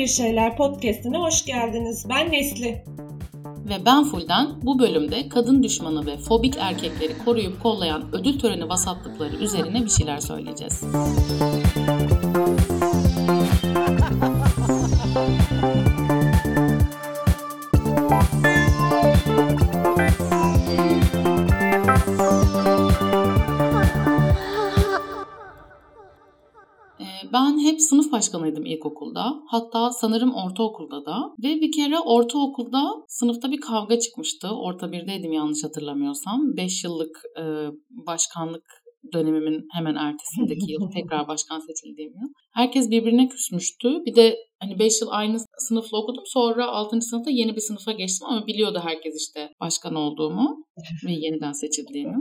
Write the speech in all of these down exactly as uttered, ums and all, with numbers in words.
Bir Şeyler Podcast'ine hoş geldiniz. Ben Nesli. Ve ben Fulden. Bu bölümde kadın düşmanı ve fobik erkekleri koruyup kollayan ödül töreni vasatlıkları üzerine bir şeyler söyleyeceğiz. Ben hep sınıf başkanıydım ilkokulda. Hatta sanırım ortaokulda da. Ve bir kere ortaokulda sınıfta bir kavga çıkmıştı. Orta birdeydim yanlış hatırlamıyorsam. beş yıllık e, başkanlık dönemimin hemen ertesindeki yıl. Tekrar başkan seçildiğim yıl. Herkes birbirine küsmüştü. Bir de hani beş yıl aynı sınıfla okudum. Sonra altıncı sınıfta yeni bir sınıfa geçtim. Ama biliyordu herkes işte başkan olduğumu ve yeniden seçildiğimi.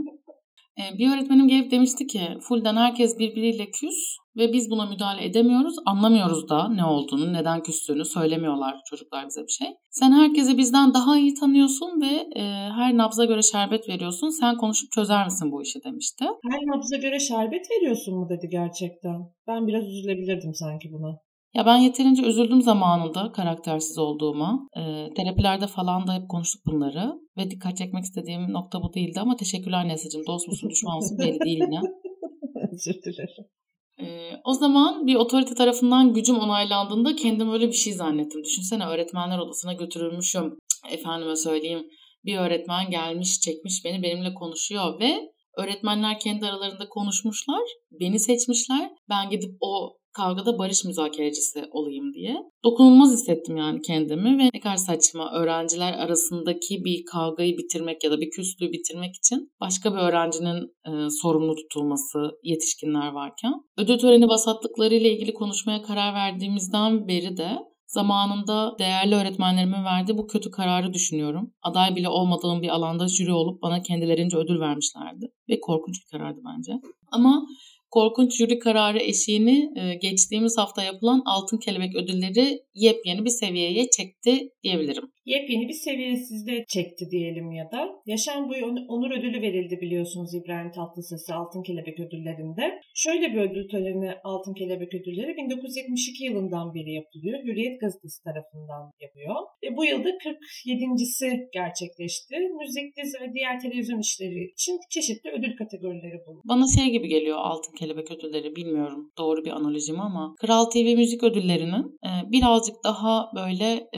Bir öğretmenim gelip demişti ki Fulden herkes birbiriyle küs ve biz buna müdahale edemiyoruz, anlamıyoruz da ne olduğunu, neden küstüğünü söylemiyorlar çocuklar bize bir şey. Sen herkesi bizden daha iyi tanıyorsun ve e, her nabza göre şerbet veriyorsun, sen konuşup çözer misin bu işi demişti. Her nabza göre şerbet veriyorsun mu dedi gerçekten. Ben biraz üzülebilirdim sanki buna. Ya ben yeterince üzüldüm zamanında karaktersiz olduğuma. E, terapilerde falan da hep konuştuk bunları. Ve dikkat çekmek istediğim nokta bu değildi ama teşekkürler Nesli'cim. Dost musun düşman mısın belli değil yine. Özür dilerim. E, o zaman bir otorite tarafından gücüm onaylandığında kendim öyle bir şey zannettim. Düşünsene öğretmenler odasına götürülmüşüm. Efendime söyleyeyim bir öğretmen gelmiş çekmiş beni benimle konuşuyor ve öğretmenler kendi aralarında konuşmuşlar. Beni seçmişler. Ben gidip o kavgada barış müzakerecisi olayım diye. Dokunulmaz hissettim yani kendimi ve ne kadar saçma öğrenciler arasındaki bir kavgayı bitirmek ya da bir küslüğü bitirmek için başka bir öğrencinin e, sorumlu tutulması yetişkinler varken. Ödül töreni vasatlıkları ile ilgili konuşmaya karar verdiğimizden beri de zamanında değerli öğretmenlerimin verdiği bu kötü kararı düşünüyorum. Aday bile olmadığım bir alanda jüri olup bana kendilerince ödül vermişlerdi. Ve korkunç bir karardı bence. Ama korkunç jüri kararı eşiğini geçtiğimiz hafta yapılan Altın Kelebek ödülleri yepyeni bir seviyeye çekti diyebilirim. Yepyeni bir seviyesizde çekti diyelim ya da. Yaşam boyu onur ödülü verildi biliyorsunuz İbrahim Tatlıses'e Altın Kelebek ödüllerinde. Şöyle bir ödül töreni Altın Kelebek ödülleri bin dokuz yüz yetmiş iki yılından beri yapılıyor. Hürriyet Gazetesi tarafından yapıyor. Ve bu yılda kırk yedincisi gerçekleşti. Müzik, dizi ve diğer televizyon işleri için çeşitli ödül kategorileri bulundu. Bana şey gibi geliyor Altın Kelebek ödülleri, bilmiyorum doğru bir analojim ama Kral T V müzik ödüllerinin e, birazcık daha böyle e,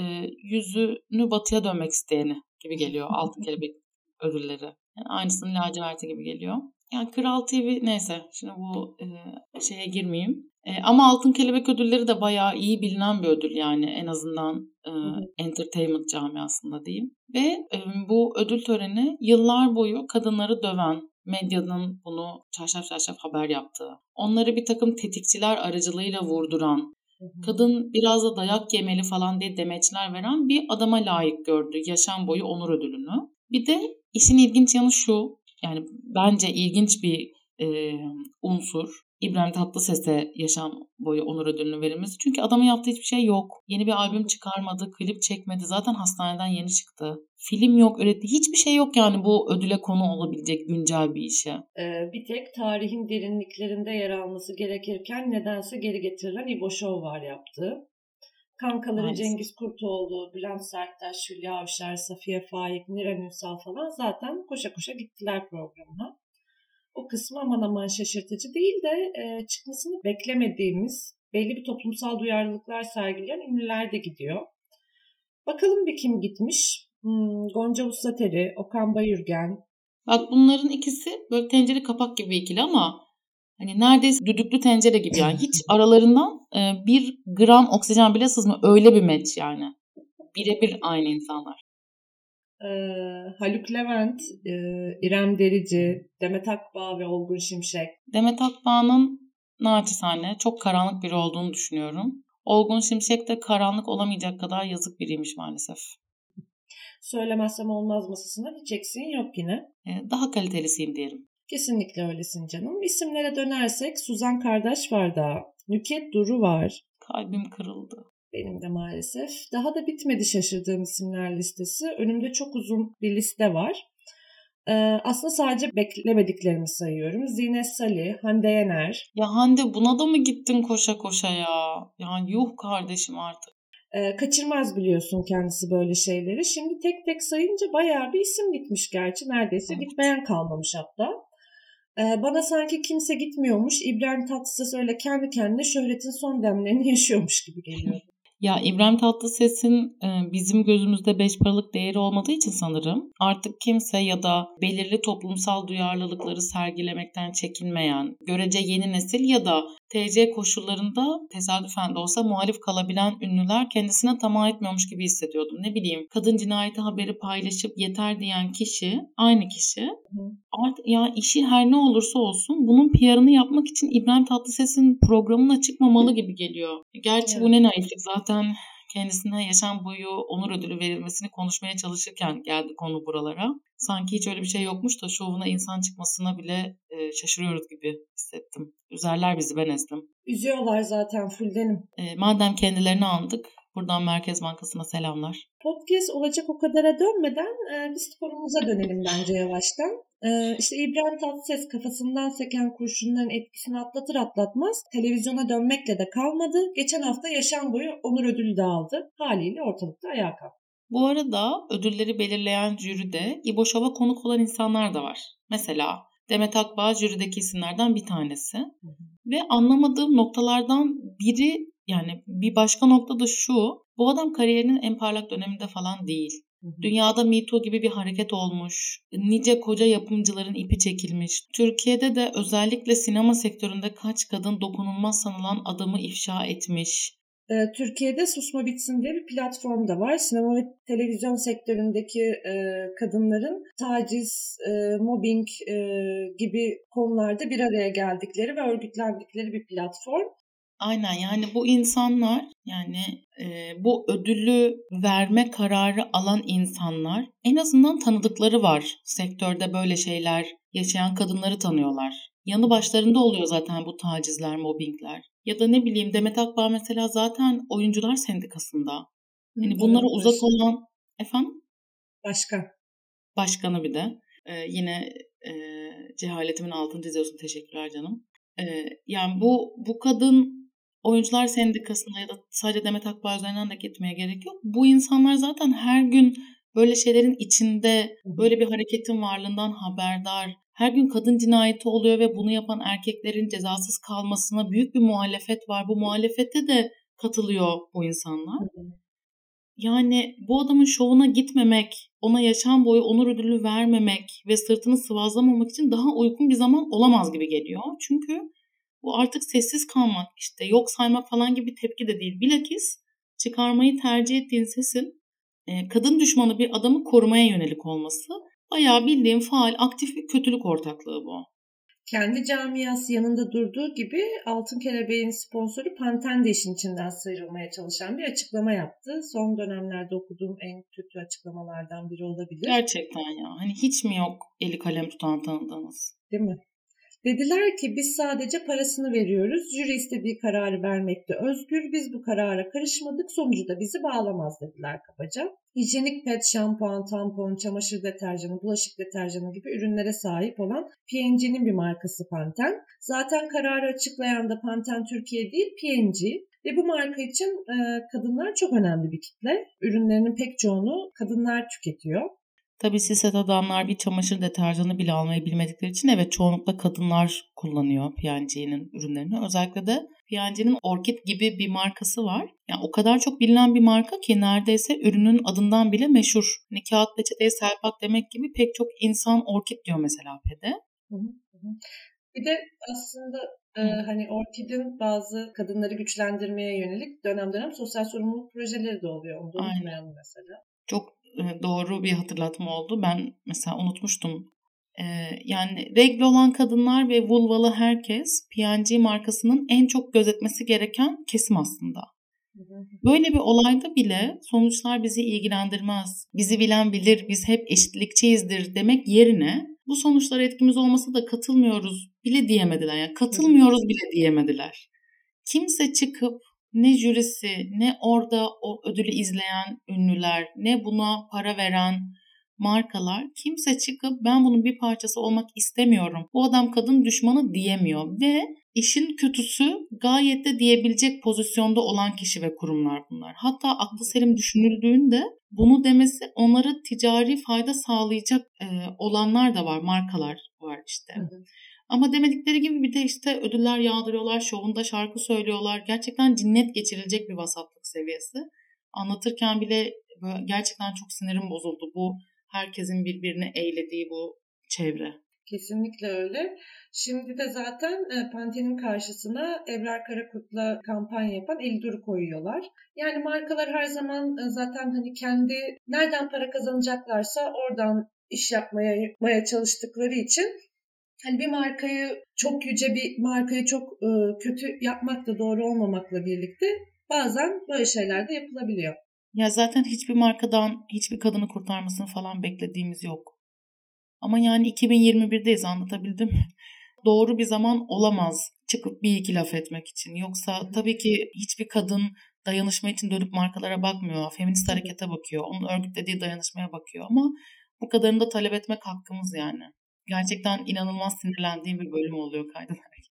yüzünü batıya dönmek isteyeni gibi geliyor Altın Kelebek ödülleri. Yani aynısının laciverti gibi geliyor. Yani Kral T V neyse şimdi bu e, şeye girmeyeyim. E, ama Altın Kelebek ödülleri de bayağı iyi bilinen bir ödül yani en azından e, entertainment camiasında diyeyim. Ve e, bu ödül töreni yıllar boyu kadınları döven, medyanın bunu çarşaf çarşaf haber yaptığı, onları bir takım tetikçiler aracılığıyla vurduran, kadın biraz da dayak yemeli falan diye demeçler veren bir adama layık gördü yaşam boyu onur ödülünü. Bir de işin ilginç yanı şu, yani bence ilginç bir e, unsur. İbrahim Tatlıses'e yaşam boyu onur ödülünü verilmesi. Çünkü adamın yaptığı hiçbir şey yok. Yeni bir albüm çıkarmadı, klip çekmedi. Zaten hastaneden yeni çıktı. Film yok, üretti. Hiçbir şey yok yani bu ödüle konu olabilecek güncel bir işe. Ee, bir tek tarihin derinliklerinde yer alması gerekirken nedense geri getirilen İbo Show var yaptığı. Kankaları evet. Cengiz Kurtoğlu, Bülent Serttaş, Hülya Avşar, Safiye Faik, Niren Ünsal falan zaten koşa koşa gittiler programına. O kısmı aman aman şaşırtıcı değil de e, çıkmasını beklemediğimiz belli bir toplumsal duyarlılıklar sergileyen ünlüler de gidiyor. Bakalım bir kim gitmiş? Hmm, Gonca Vuslateri, Okan Bayülgen. Bak bunların ikisi böyle tencere kapak gibi ikili ama hani neredeyse düdüklü tencere gibi yani hiç aralarından e, bir gram oksijen bile sızmıyor. Öyle bir meç yani. Birebir aynı insanlar. Ee, Haluk Levent, e, İrem Derici, Demet Akbağ ve Olgun Şimşek. Demet Akbağ'ın naçizane çok karanlık biri olduğunu düşünüyorum. Olgun Şimşek de karanlık olamayacak kadar yazık biriymiş maalesef. Söylemezsem olmaz masasında hiç eksiğin yok yine. Ee, daha kalitelisiyim diyelim. Kesinlikle öylesin canım. İsimlere dönersek Suzan Kardeş var daha. Nükhet Duru var. Kalbim kırıldı. Benim de maalesef. Daha da bitmedi şaşırdığım isimler listesi. Önümde çok uzun bir liste var. Ee, aslında sadece beklemediklerimi sayıyorum. Zine Salih, Hande Yener. Ya Hande buna da mı gittin koşa koşa ya? Yani yuh kardeşim artık. E, kaçırmaz biliyorsun kendisi böyle şeyleri. Şimdi tek tek sayınca bayağı bir isim gitmiş gerçi. Neredeyse gitmeyen kalmamış hatta. E, bana sanki kimse gitmiyormuş. İbrahim Tatlıses öyle kendi kendine şöhretin son demlerini yaşıyormuş gibi geliyor. Ya İbrahim Tatlıses'in bizim gözümüzde beş paralık değeri olmadığı için sanırım artık kimse ya da belirli toplumsal duyarlılıkları sergilemekten çekinmeyen, görece yeni nesil ya da T C koşullarında tesadüfen de olsa muhalif kalabilen ünlüler kendisine tamah etmiyormuş gibi hissediyordum. Ne bileyim, kadın cinayeti haberi paylaşıp yeter diyen kişi, aynı kişi. Artık ya işi her ne olursa olsun bunun P R'ını yapmak için İbrahim Tatlıses'in programına çıkmamalı gibi geliyor. Gerçi bu ne naiflik, zaten kendisine yaşam boyu onur ödülü verilmesini konuşmaya çalışırken geldi konu buralara. Sanki hiç öyle bir şey yokmuş da şovuna insan çıkmasına bile e, şaşırıyoruz gibi hissettim. Üzerler bizi, ben ezdim. Üzüyorlar zaten Fulden'im. E, madem kendilerini andık, buradan Merkez Bankası'na selamlar. Podcast olacak o kadara dönmeden e, biz konumuza dönelim bence yavaştan. E, işte İbrahim Tatlıses kafasından seken kurşunların etkisini atlatır atlatmaz televizyona dönmekle de kalmadı. Geçen hafta yaşam boyu onur ödülü de aldı. Haliyle ortalıkta ayağa kalktı. Bu arada ödülleri belirleyen jüride İbo Show'a konuk olan insanlar da var. Mesela Demet Akbağ jürideki isimlerden bir tanesi. Hı hı. Ve anlamadığım noktalardan biri, yani bir başka nokta da şu: bu adam kariyerinin en parlak döneminde falan değil. Hı hı. Dünyada Me Too gibi bir hareket olmuş. Nice koca yapımcıların ipi çekilmiş. Türkiye'de de özellikle sinema sektöründe kaç kadın dokunulmaz sanılan adamı ifşa etmiş. Türkiye'de Susma Bitsin diye bir platform da var. Sinema ve televizyon sektöründeki e, kadınların taciz, e, mobbing e, gibi konularda bir araya geldikleri ve örgütlendikleri bir platform. Aynen, yani bu insanlar, yani e, bu ödülü verme kararı alan insanlar en azından tanıdıkları var. Sektörde böyle şeyler yaşayan kadınları tanıyorlar. Yanı başlarında oluyor zaten bu tacizler, mobbingler. Ya da ne bileyim, Demet Akbağ mesela zaten Oyuncular Sendikası'nda. Yani bunlara evet, uzak olan efendim? Başkan. Başkanı bir de. Ee, yine e, cehaletimin altını çiziyorsun. Teşekkürler canım. Ee, yani bu bu kadın Oyuncular Sendikası'na ya da sadece Demet Akbağ üzerinden de gitmeye gerek yok. Bu insanlar zaten her gün böyle şeylerin içinde, böyle bir hareketin varlığından haberdar. Her gün kadın cinayeti oluyor ve bunu yapan erkeklerin cezasız kalmasına büyük bir muhalefet var. Bu muhalefete de katılıyor bu insanlar. Yani bu adamın şovuna gitmemek, ona yaşam boyu onur ödülü vermemek ve sırtını sıvazlamamak için daha uygun bir zaman olamaz gibi geliyor. Çünkü bu artık sessiz kalmak, işte yok saymak falan gibi bir tepki de değil. Bilakis çıkarmayı tercih ettiğin sesin kadın düşmanı bir adamı korumaya yönelik olması. Bayağı bildiğin faal, aktif bir kötülük ortaklığı bu. Kendi camiası yanında durduğu gibi Altın Kelebeğin sponsoru Panten de işin içinden sıyrılmaya çalışan bir açıklama yaptı. Son dönemlerde okuduğum en kötü açıklamalardan biri olabilir. Gerçekten ya. Hani hiç mi yok eli kalem tutan tanıdığınız? Değil mi? Dediler ki biz sadece parasını veriyoruz. Jüri istediği kararı vermekte özgür. Biz bu karara karışmadık. Sonucu da bizi bağlamaz dediler kabaca. Hijyenik pet, şampuan, tampon, çamaşır deterjanı, bulaşık deterjanı gibi ürünlere sahip olan P and G'nin bir markası Panten. Zaten kararı açıklayan da Panten Türkiye değil, P and G. Ve bu marka için e, kadınlar çok önemli bir kitle. Ürünlerinin pek çoğunu kadınlar tüketiyor. Tabii siset adamlar bir çamaşır deterjanı bile almayı bilmedikleri için evet çoğunlukla kadınlar kullanıyor P and G'nin ürünlerini. Özellikle de P and G'nin Orkid gibi bir markası var. Yani o kadar çok bilinen bir marka ki neredeyse ürünün adından bile meşhur. Hani kağıt peçeteye serpak demek gibi pek çok insan Orkid diyor mesela P'de. Hı hı. Bir de aslında e, hani Orkid'in bazı kadınları güçlendirmeye yönelik dönem dönem sosyal sorumluluk projeleri de oluyor. Onu da unutmayalım mesela. Çok doğru bir hatırlatma oldu. Ben mesela unutmuştum. Ee, yani regl olan kadınlar ve vulvalı herkes P and G markasının en çok gözetmesi gereken kesim aslında. Böyle bir olayda bile sonuçlar bizi ilgilendirmez. Bizi bilen bilir, biz hep eşitlikçiyizdir demek yerine bu sonuçlara etkimiz olmasa da katılmıyoruz bile diyemediler. Yani katılmıyoruz bile diyemediler. Kimse çıkıp ne jürisi, ne orada o ödülü izleyen ünlüler, ne buna para veren markalar, kimse çıkıp ben bunun bir parçası olmak istemiyorum, bu adam kadın düşmanı diyemiyor ve İşin kötüsü gayet de diyebilecek pozisyonda olan kişi ve kurumlar bunlar. Hatta aklı selim düşünüldüğünde bunu demesi onlara ticari fayda sağlayacak e, olanlar da var, markalar var işte. Hı hı. Ama demedikleri gibi bir de işte ödüller yağdırıyorlar, şovunda şarkı söylüyorlar. Gerçekten cinnet geçirilecek bir vasatlık seviyesi. Anlatırken bile gerçekten çok sinirim bozuldu bu herkesin birbirini eğlediği bu çevre. Kesinlikle öyle. Şimdi de zaten Pantene'in karşısına Ebrar Karakurt'la kampanya yapan Eldur'u koyuyorlar. Yani markalar her zaman zaten hani kendi nereden para kazanacaklarsa oradan iş yapmaya, yapmaya çalıştıkları için hani bir markayı çok yüce bir markayı çok kötü yapmak da doğru olmamakla birlikte bazen böyle şeyler de yapılabiliyor. Ya zaten hiçbir markadan hiçbir kadını kurtarmasını falan beklediğimiz yok. Ama yani iki bin yirmi birdeyiz, anlatabildim mi? Doğru bir zaman olamaz çıkıp bir iki laf etmek için. Yoksa tabii ki hiçbir kadın dayanışma için dönüp markalara bakmıyor. Feminist harekete bakıyor. Onun örgütlediği dayanışmaya bakıyor. Ama bu kadarını da talep etmek hakkımız yani. Gerçekten inanılmaz sinirlendiğim bir bölüm oluyor kaydederken.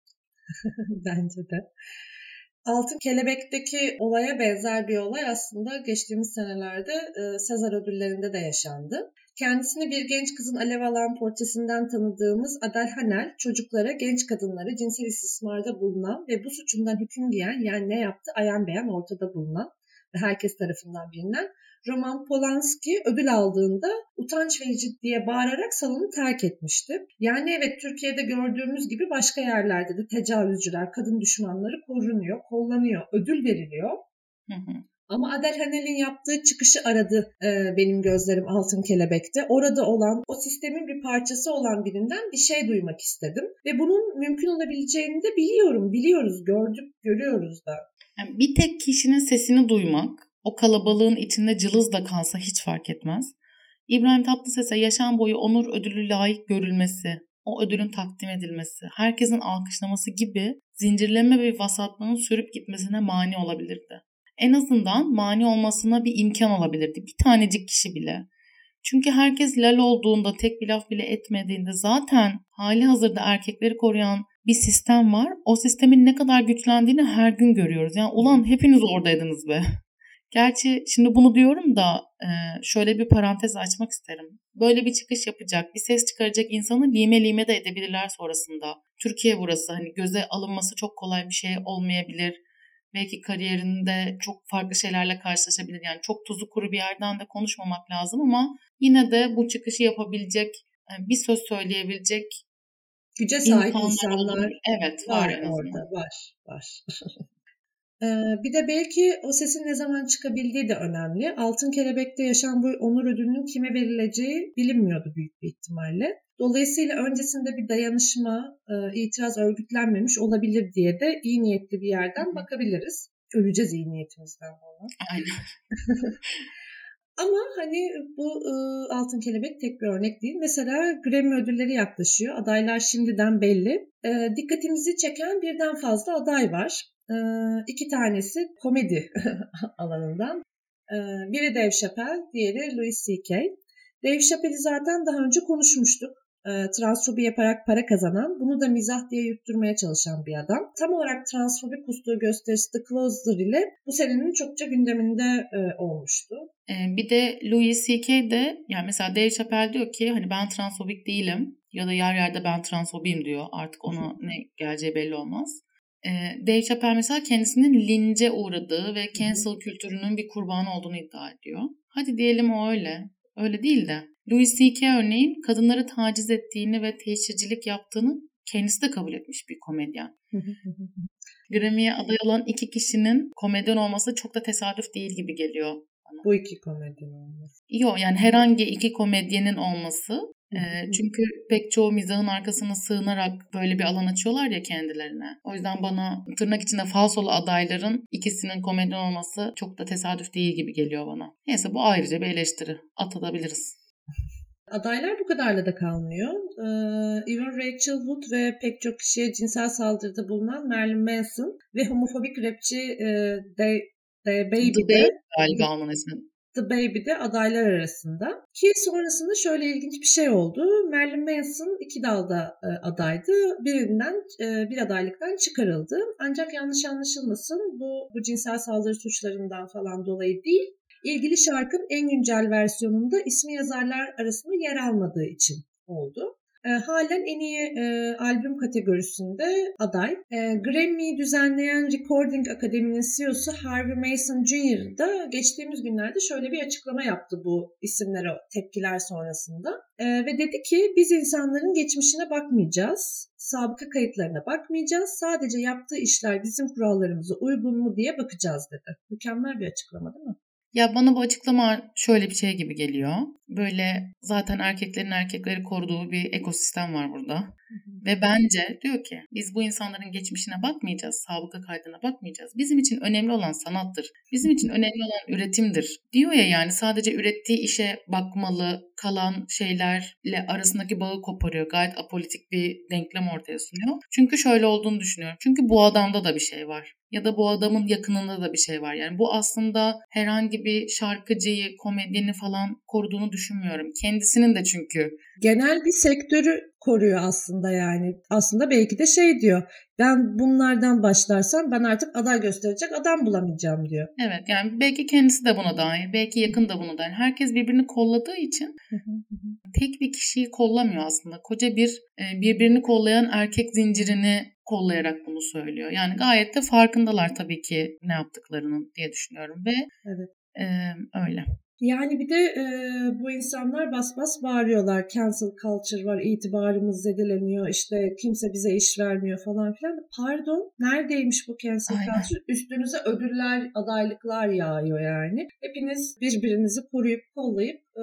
Bence de. Altın Kelebek'teki olaya benzer bir olay aslında geçtiğimiz senelerde e, Sezar ödüllerinde de yaşandı. Kendisini bir genç kızın alev alan portresinden tanıdığımız Adel Hanel, çocuklara, genç kadınlara cinsel istismarda bulunan ve bu suçundan hüküm giyen, yani ne yaptı ayan beyan ortada bulunan ve herkes tarafından bilinen Roman Polanski ödül aldığında utanç verici diye bağırarak salonu terk etmişti. Yani evet, Türkiye'de gördüğümüz gibi başka yerlerde de tecavüzcüler, kadın düşmanları korunuyor, kollanıyor, ödül veriliyor. Hı hı. Ama Adel Hanel'in yaptığı çıkışı aradı e, benim gözlerim Altın Kelebek'te. Orada olan, o sistemin bir parçası olan birinden bir şey duymak istedim. Ve bunun mümkün olabileceğini de biliyorum, biliyoruz, gördük, görüyoruz da. Yani bir tek kişinin sesini duymak, o kalabalığın içinde cılız da kalsa hiç fark etmez. İbrahim Tatlıses'e yaşam boyu onur ödülü layık görülmesi, o ödülün takdim edilmesi, herkesin alkışlaması gibi zincirleme bir vasatlığın sürüp gitmesine mani olabilirdi. En azından mani olmasına bir imkan olabilirdi. Bir tanecik kişi bile. Çünkü herkes lal olduğunda, tek bir laf bile etmediğinde zaten hali hazırda erkekleri koruyan bir sistem var. O sistemin ne kadar güçlendiğini her gün görüyoruz. Yani ulan hepiniz oradaydınız be. Gerçi şimdi bunu diyorum da şöyle bir parantez açmak isterim. Böyle bir çıkış yapacak, bir ses çıkaracak insanı lime lime de edebilirler sonrasında. Türkiye burası, hani göze alınması çok kolay bir şey olmayabilir. Belki kariyerinde çok farklı şeylerle karşılaşabilir. Yani çok tuzu kuru bir yerden de konuşmamak lazım ama yine de bu çıkışı yapabilecek, bir söz söyleyebilecek güce sahip insanlar, insanlar evet var, var orada, var, var. Ee, bir de belki o sesin ne zaman çıkabildiği de önemli. Altın Kelebek'te yaşam boyu onur ödülünün kime verileceği bilinmiyordu büyük bir ihtimalle. Dolayısıyla öncesinde bir dayanışma, e, itiraz örgütlenmemiş olabilir diye de iyi niyetli bir yerden bakabiliriz. Öleceğiz iyi niyetimizden falan. Aynen. Ama hani bu e, Altın Kelebek tek bir örnek değil. Mesela Grammy ödülleri yaklaşıyor. Adaylar şimdiden belli. E, dikkatimizi çeken birden fazla aday var. E, iki tanesi komedi alanından. E, biri Dave Chappelle, diğeri Louis C K. Dave Chappelle'i zaten daha önce konuşmuştuk. E, transfobi yaparak para kazanan, bunu da mizah diye yutturmaya çalışan bir adam. Tam olarak transfobi kustuğu gösterisi The Closer ile bu senenin çokça gündeminde e, olmuştu. E, bir de Louis C K de, yani mesela Dave Chappelle diyor ki hani ben transfobik değilim ya da yer yerde ben transfobiyim diyor. Artık ona ne geleceği belli olmaz. E, Dave Chappelle mesela kendisinin lince uğradığı ve cancel kültürünün bir kurbanı olduğunu iddia ediyor. Hadi diyelim o öyle. Öyle değil de. Louis C K örneğin kadınları taciz ettiğini ve teşhircilik yaptığını kendisi de kabul etmiş bir komedyen. Grammy'ye aday olan iki kişinin komedyen olması çok da tesadüf değil gibi geliyor bana. Bu iki komedyen olması. Yok yani herhangi iki komedyenin olması. e, çünkü pek çoğu mizahın arkasına sığınarak böyle bir alan açıyorlar ya kendilerine. O yüzden bana tırnak içinde falsolu adayların ikisinin komedyen olması çok da tesadüf değil gibi geliyor bana. Neyse, bu ayrıca bir eleştiri. Atabiliriz. Adaylar bu kadarla da kalmıyor. Ee, Even Rachel Wood ve pek çok kişiye cinsel saldırıda bulunan Marilyn Manson ve homofobik rapçi e, The, The Baby The de Baby galiba onun ismi. The Baby'de adaylar arasında. Ki sonrasında şöyle ilginç bir şey oldu. Marilyn Manson iki dalda e, adaydı. Birinden e, bir adaylıktan çıkarıldı. Ancak yanlış anlaşılmasın, bu, bu cinsel saldırı suçlarından falan dolayı değil. İlgili şarkının en güncel versiyonunda ismi yazarlar arasında yer almadığı için oldu. E, halen en iyi e, albüm kategorisinde aday. E, Grammy'yi düzenleyen Recording Akademi'nin C E O'su Harvey Mason Junior da geçtiğimiz günlerde şöyle bir açıklama yaptı bu isimlere tepkiler sonrasında. E, ve dedi ki biz insanların geçmişine bakmayacağız, sabıka kayıtlarına bakmayacağız, sadece yaptığı işler bizim kurallarımıza uygun mu diye bakacağız dedi. Mükemmel bir açıklama değil mi? Ya bana bu açıklama şöyle bir şey gibi geliyor. Böyle zaten erkeklerin erkekleri koruduğu bir ekosistem var burada. Hı hı. Ve bence diyor ki biz bu insanların geçmişine bakmayacağız, sabıka kaydına bakmayacağız. Bizim için önemli olan sanattır. Bizim için önemli olan üretimdir. Diyor ya, yani sadece ürettiği işe bakmalı, kalan şeylerle arasındaki bağı koparıyor. Gayet apolitik bir denklem ortaya sunuyor. Çünkü şöyle olduğunu düşünüyorum. Çünkü bu adamda da bir şey var. Ya da bu adamın yakınında da bir şey var. Yani bu aslında herhangi bir şarkıcıyı, komedyeni falan koruduğunu düşünmüyorum. Kendisinin de çünkü. Genel bir sektörü koruyor aslında yani. Aslında belki de şey diyor. Ben bunlardan başlarsam ben artık aday gösterecek adam bulamayacağım diyor. Evet, yani belki kendisi de buna dahil. Belki yakın da buna dahil. Herkes birbirini kolladığı için tek bir kişiyi kollamıyor aslında. Koca bir birbirini kollayan erkek zincirini kollayarak bunu söylüyor. Yani gayet de farkındalar tabii ki ne yaptıklarının diye düşünüyorum ve evet. e, öyle. Yani bir de e, bu insanlar bas bas bağırıyorlar. Cancel culture var, itibarımız zedeleniyor, işte kimse bize iş vermiyor falan filan. Pardon, neredeymiş bu cancel Aynen. culture? Üstünüze ödüller, adaylıklar yağıyor yani. Hepiniz birbirinizi koruyup kollayıp e,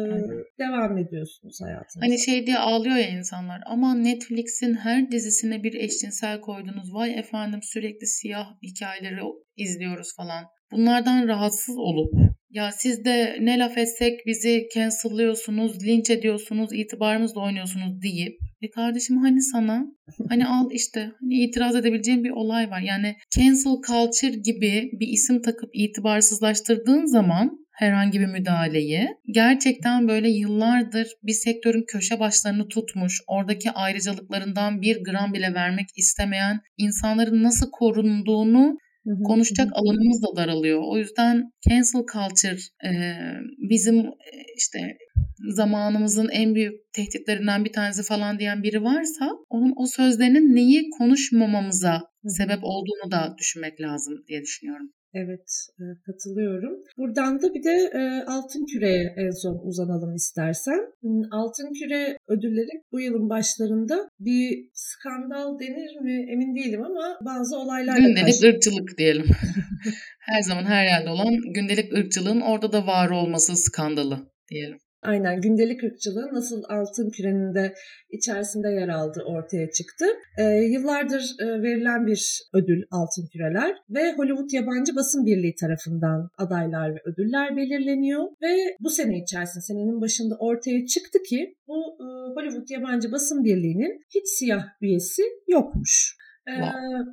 devam ediyorsunuz hayatınıza. Hani şey diye ağlıyor ya insanlar. Ama Netflix'in her dizisine bir eşcinsel koydunuz. Vay efendim, sürekli siyah hikayeleri izliyoruz falan. Bunlardan rahatsız olup ya siz de ne laf etsek bizi cancel'lıyorsunuz, linç ediyorsunuz, itibarımızla oynuyorsunuz deyip e kardeşim hani sana hani al işte hani itiraz edebileceğin bir olay var. Yani cancel culture gibi bir isim takıp itibarsızlaştırdığın zaman herhangi bir müdahaleyi gerçekten böyle yıllardır bir sektörün köşe başlarını tutmuş, oradaki ayrıcalıklarından bir gram bile vermek istemeyen insanların nasıl korunduğunu konuşacak alanımız da daralıyor. O yüzden cancel culture e, bizim işte zamanımızın en büyük tehditlerinden bir tanesi falan diyen biri varsa onun o sözlerinin neyi konuşmamamıza sebep olduğunu da düşünmek lazım diye düşünüyorum. Evet, katılıyorum. Buradan da bir de Altın Küre'ye en son uzanalım istersen. Altın Küre ödülleri bu yılın başlarında bir skandal denir mi emin değilim ama bazı olaylarla gündelik karşı... ırkçılık diyelim. Her zaman her yerde olan gündelik ırkçılığın orada da var olması skandalı diyelim. Aynen, gündelik ırkçılığın nasıl Altın Küre'nin de içerisinde yer aldığı ortaya çıktı. Ee, yıllardır e, verilen bir ödül Altın Küreler ve Hollywood Yabancı Basın Birliği tarafından adaylar ve ödüller belirleniyor ve bu sene içerisinde, senenin başında ortaya çıktı ki bu e, Hollywood Yabancı Basın Birliği'nin hiç siyah üyesi yokmuş. Wow.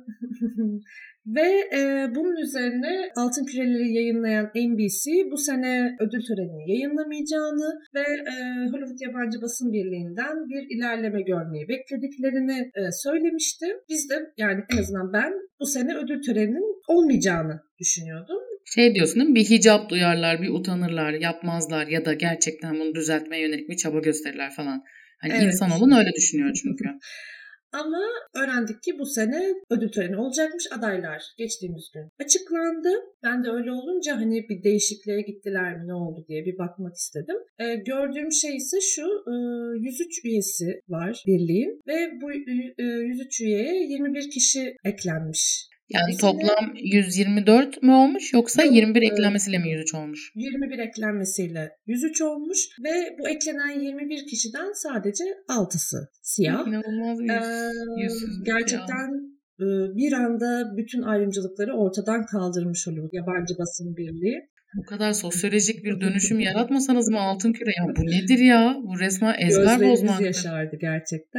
Ee, Ve e, bunun üzerine Altın Küreleri yayınlayan N B C bu sene ödül törenini yayınlamayacağını ve e, Hollywood Yabancı Basın Birliği'nden bir ilerleme görmeyi beklediklerini e, söylemişti. Biz de, yani en azından ben bu sene ödül töreninin olmayacağını düşünüyordum. Şey diyorsun değil mi? Bir hicap duyarlar, bir utanırlar, yapmazlar ya da gerçekten bunu düzeltmeye yönelik bir çaba gösterirler falan. Hani evet. İnsanoğlu öyle düşünüyor çünkü. Ama öğrendik ki bu sene ödül töreni olacakmış. Adaylar geçtiğimiz gün açıklandı. Ben de öyle olunca hani bir değişikliğe gittiler mi, ne oldu diye bir bakmak istedim. Ee, gördüğüm şey ise şu, yüz üç üyesi var birliğin ve bu yüz üç üyeye yirmi bir kişi eklenmiş. Yani İkine, toplam yüz yirmi dört mü olmuş yoksa yok, yirmi bir eklenmesiyle mi yüz üç olmuş? yirmi bir eklenmesiyle yüz üç olmuş ve bu eklenen yirmi bir kişiden sadece altısı siyah. İnanılmaz yüz, ee, yüzsüzlük gerçekten ya. Bir anda bütün ayrımcılıkları ortadan kaldırmış Hollywood Yabancı Basın Birliği. Bu kadar sosyolojik bir dönüşüm yaratmasanız mı Altın Küre? Ya bu nedir ya? Bu resmen ezber bozmaktır. Gözlerimiz yaşardı gerçekten.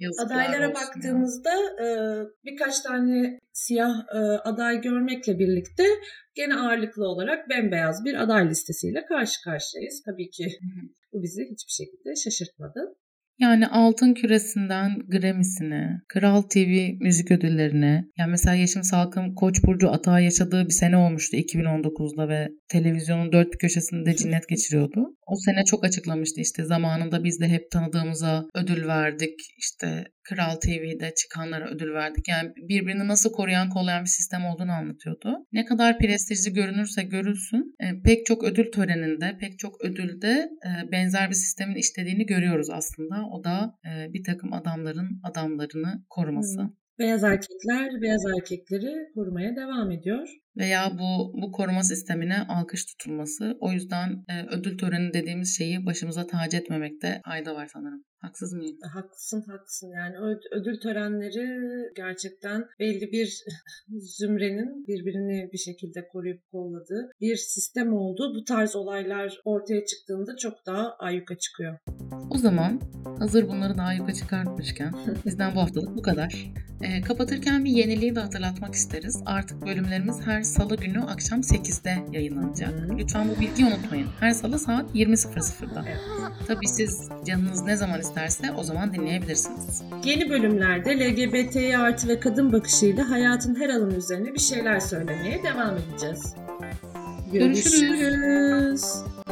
Yazıklar Adaylara olsun ya. baktığımızda e, birkaç tane siyah e, aday görmekle birlikte gene ağırlıklı olarak bembeyaz bir aday listesiyle karşı karşıyayız. Tabii ki bu bizi hiçbir şekilde şaşırtmadı. Yani Altın Küresi'nden Grammy'sine, Kral T V müzik ödüllerine, yani mesela Yeşim Salkım Koç burcu atağı yaşadığı bir sene olmuştu iki bin on dokuzda ve televizyonun dört bir köşesinde cinnet geçiriyordu. O sene çok açıklamıştı, işte zamanında biz de hep tanıdığımıza ödül verdik, işte Kral T V'de çıkanlara ödül verdik. Yani birbirini nasıl koruyan kollayan bir sistem olduğunu anlatıyordu. Ne kadar prestijli görünürse görülsün e, pek çok ödül töreninde, pek çok ödülde e, benzer bir sistemin işlediğini görüyoruz aslında. O da e, bir takım adamların adamlarını koruması. Hmm. Beyaz erkekler beyaz erkekleri korumaya devam ediyor. Veya bu bu koruma sistemine alkış tutulması. O yüzden e, ödül töreni dediğimiz şeyi başımıza tac etmemekte fayda var sanırım. Haksız mıyım? Haklısın haklısın yani ödül törenleri gerçekten belli bir zümrenin birbirini bir şekilde koruyup kolladığı bir sistem oldu. Bu tarz olaylar ortaya çıktığında çok daha ayyuka çıkıyor. O zaman hazır bunları da ayyuka çıkartmışken bizden bu haftalık bu kadar. E, kapatırken bir yeniliği de hatırlatmak isteriz. Artık bölümlerimiz her salı günü akşam sekizde yayınlanacak. Hı. Lütfen bu bilgiyi unutmayın. Her salı saat yirmi sıfır sıfırda. Evet. Tabii siz canınız ne zaman isterse o zaman dinleyebilirsiniz. Yeni bölümlerde L G B T artı ve kadın bakışıyla hayatın her alanı üzerine bir şeyler söylemeye devam edeceğiz. Görüşürüz. Görüşürüz.